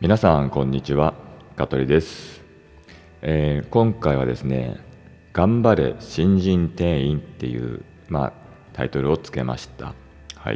皆さんこんにちは、香取です。今回はですね、頑張れ新人店員っていう、タイトルをつけました。はい。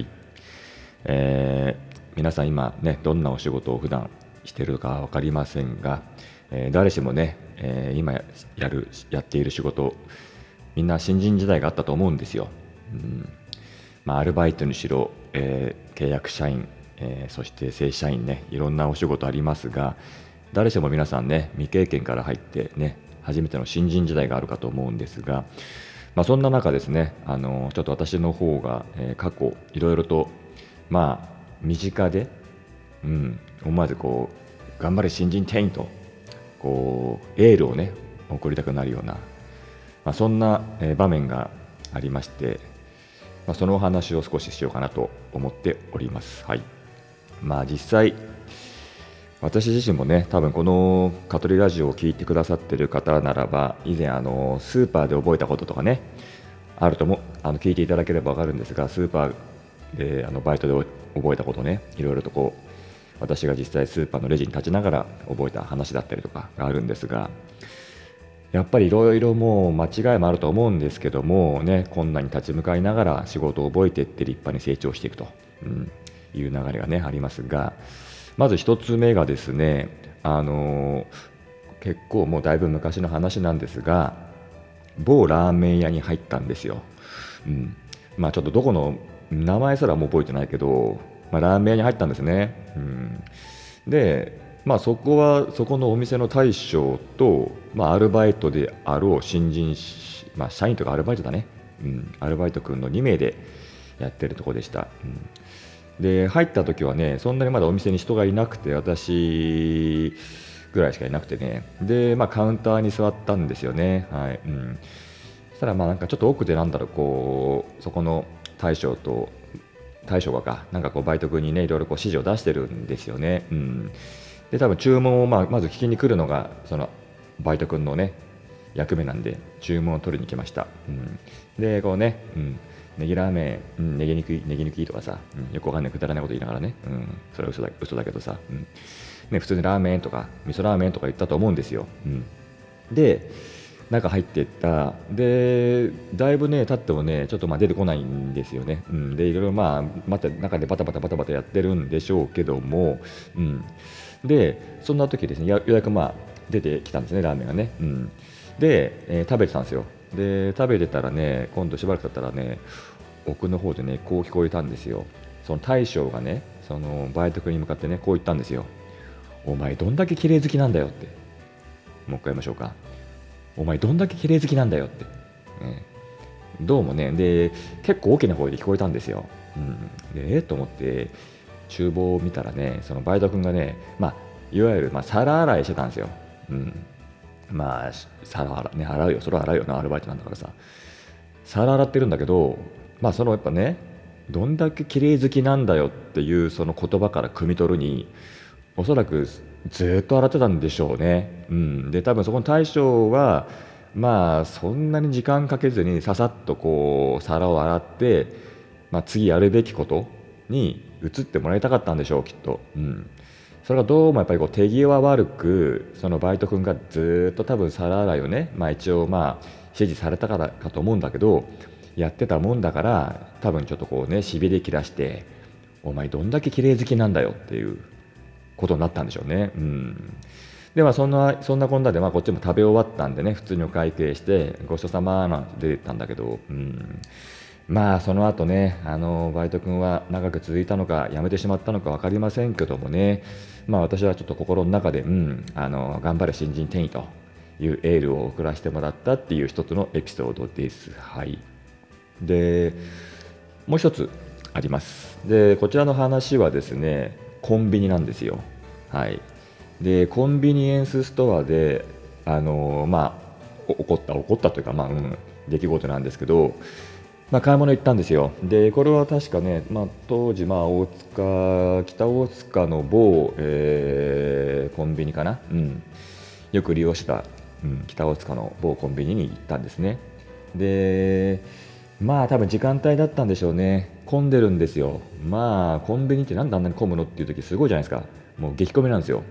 皆さん今ね、どんなお仕事を普段しているか分かりませんが、誰しもね、今やっている仕事、みんな新人時代があったと思うんですよ。アルバイトにしろ、契約社員、そして正社員ね、いろんなお仕事ありますが、誰しも皆さんね、未経験から入ってね、初めての新人時代があるかと思うんですが、そんな中ですね、ちょっと私の方が、過去いろいろと、身近で、思わず頑張れ新人店員と、エールをね、送りたくなるような、そんな、場面がありまして、そのお話を少ししようかなと思っております。はい。実際、私自身もね、多分このカトリラジオを聞いてくださっている方ならば、以前スーパーで覚えたこととかね、あるとも聞いていただければ分かるんですが、スーパーでバイトで覚えたことね、いろいろと私が実際スーパーのレジに立ちながら覚えた話だったりとかがあるんですが、やっぱりいろいろもう間違いもあると思うんですけどもね、困難に立ち向かいながら仕事を覚えていって立派に成長していくと、いう流れがねありますが、まず一つ目がですね、結構もうだいぶ昔の話なんですが、某ラーメン屋に入ったんですよ。ちょっとどこの名前すらもう覚えてないけど、ラーメン屋に入ったんですね。で、そこのお店の大将と、アルバイトであろう新人社員とかアルバイトだね、アルバイト君の2名でやってるところでした。で入った時はね、そんなにまだお店に人がいなくて、私ぐらいしかいなくてね、で、カウンターに座ったんですよね。はい。そしたらなんかちょっと奥でそこの大将がバイト君にね、いろいろ指示を出してるんですよね。で多分注文をまず聞きに来るのがそのバイト君のね役目なんで、注文を取りに来ました。でネギラーメン、ネギ抜きとかさ、よくわかんないくだらないこと言いながらね、それは嘘だけどさ、普通にラーメンとか味噌ラーメンとか言ったと思うんですよ。で中入っていった。でだいぶね経ってもねちょっと出てこないんですよね。でいろいろまた中でバタバタやってるんでしょうけども、でそんな時ですね、ようやく出てきたんですね、ラーメンがね。で、食べてたんですよ。で食べてたらね、今度しばらく経ったらね、奥の方でねこう聞こえたんですよ。その大将がね、そのバイト君に向かってねこう言ったんですよ。お前どんだけ綺麗好きなんだよって。もう一回言いましょうか。お前どんだけ綺麗好きなんだよって、どうもね、で結構大きな声で聞こえたんですよ。でと思って厨房を見たらね、そのバイト君がね、いわゆる皿洗いしてたんですよ。皿洗ね、洗うよ、それは洗うよな、アルバイトなんだからさ。皿洗ってるんだけど、そのやっぱね、どんだけ綺麗好きなんだよっていうその言葉から汲み取るに、おそらくずっと洗ってたんでしょうね。で多分そこの大将はそんなに時間かけずにささっと皿を洗って、次やるべきことに移ってもらいたかったんでしょう、きっと。それがどうもやっぱり手際悪く、そのバイト君がずっと多分皿洗いをね、一応指示されたからかと思うんだけど、やってたもんだから、多分ちょっとしびれ切らして、お前どんだけ綺麗好きなんだよっていうことになったんでしょうね。でそんなこんなで、こっちも食べ終わったんでね、普通にお会計してごちそうさまなんて出てったんだけど、その後ね、バイト君は長く続いたのか辞めてしまったのか分かりませんけどもね、私はちょっと心の中で、頑張れ新人店員というエールを送らせてもらったっていう一つのエピソードです。はい。でもう一つあります。でこちらの話はですね、コンビニなんですよ。はい。でコンビニエンスストアで起こったというか、出来事なんですけど、買い物行ったんですよ。でこれは確かね、当時北大塚の某、コンビニかな、よく利用した、北大塚の某コンビニに行ったんですね。で多分時間帯だったんでしょうね。混んでるんですよ。コンビニってなんであんなに混むのっていう時すごいじゃないですか。 もう激混みなんですよ。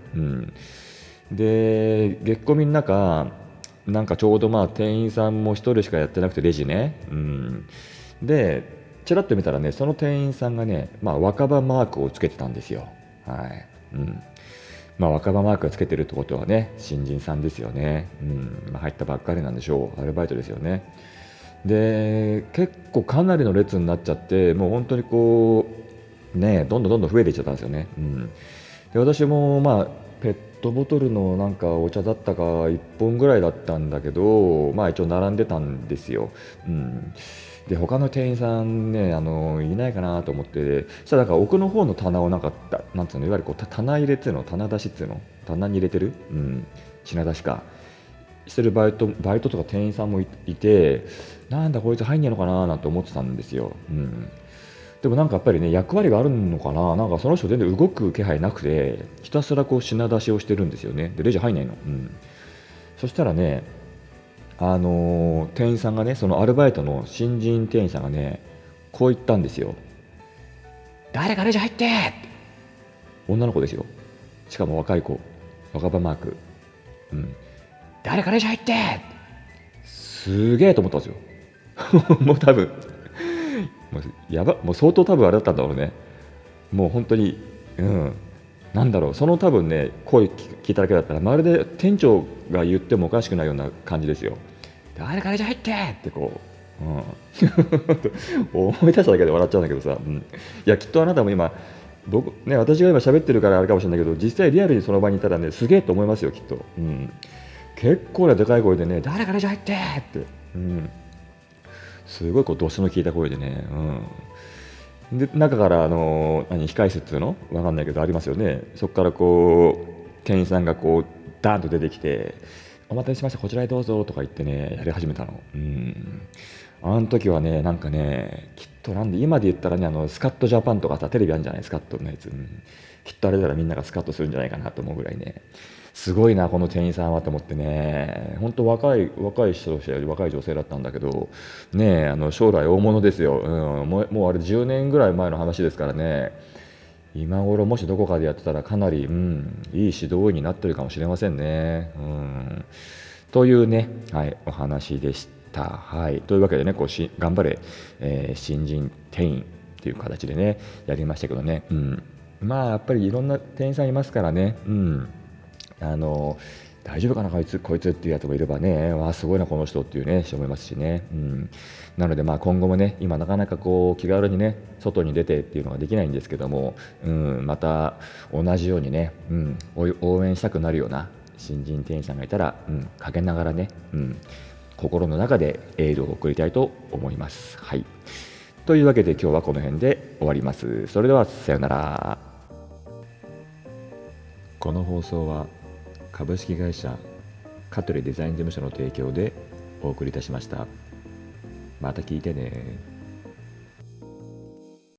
で激混みの中、なんかちょうど店員さんも一人しかやってなくて、レジね、でちらっと見たらね、その店員さんがね、若葉マークをつけてたんですよ。はい。若葉マークがつけてるってことはね、新人さんですよね。入ったばっかりなんでしょう。アルバイトですよね。で結構かなりの列になっちゃって、もう本当にこうね、どんどんどんどん増えていっちゃったんですよね。で私もペットボトルのなんかお茶だったか1本ぐらいだったんだけど、一応並んでたんですよ。で他の店員さんね、いないかなと思って、そしたらなんか奥の方の棚をなんつうの、いわゆるこう棚入れっていうの、棚出しっていうの、棚に入れてる、品出しかしてるバイトとか店員さんもいて、なんだこいつ入んねえのかななんて思ってたんですよ。でもなんかやっぱりね、役割があるのかな、なんかその人全然動く気配なくて、ひたすらこう品出しをしてるんですよね。でレジ入んないの。そしたらね、店員さんがね、そのアルバイトの新人店員さんがね、こう言ったんですよ。誰かレジ入って、女の子ですよ。しかも若い子、若葉マーク。誰かレジ入って、すげえと思ったんですよ。もう多分もう相当多分あれだったんだろうね。もう本当に、なんだろう、その多分ね、声聞いただけだったら、まるで店長が言ってもおかしくないような感じですよ。誰かレジ入ってってこう、思い出しただけで笑っちゃうんだけどさ、いやきっとあなたも今私が今喋ってるからあれかもしれないけど、実際リアルにその場にいたらね、すげえと思いますよきっと。結構なでかい声でね、誰かレジ入ってって、すごいこうドスの効いた声でね、で中から控室っていうのわかんないけどありますよね。そこからこう店員さんがこうダーンと出てきて、お待たせしました、こちらへどうぞとか言ってね、やり始めたの。あの時はね、なんかね、きっとなんで今で言ったらね、スカットジャパンとかさ、テレビあるんじゃない、スカットのやつ、きっとあれだらみんながスカッとするんじゃないかなと思うぐらいね、すごいなこの店員さんはと思ってね、本当若い人としてより若い女性だったんだけどね、将来大物ですよ。もうあれ10年ぐらい前の話ですからね、今頃もしどこかでやってたらかなり、いい指導員になってるかもしれませんね。というね、お話でした。というわけでね、頑張れ、新人店員という形でね、やりましたけどね、やっぱりいろんな店員さんいますからね、大丈夫かなこいつっていうやつもいればね、すごいなこの人っていうね人もいますしね。なので今後もね、今なかなかこう気軽にね外に出てっていうのができないんですけども、また同じようにね、応援したくなるような新人店員さんがいたら、陰ながらね、心の中でエールを送りたいと思います。というわけで今日はこの辺で終わります。それではさようなら。この放送は株式会社香取デザイン事務所の提供でお送りいたしました。また聞いてね。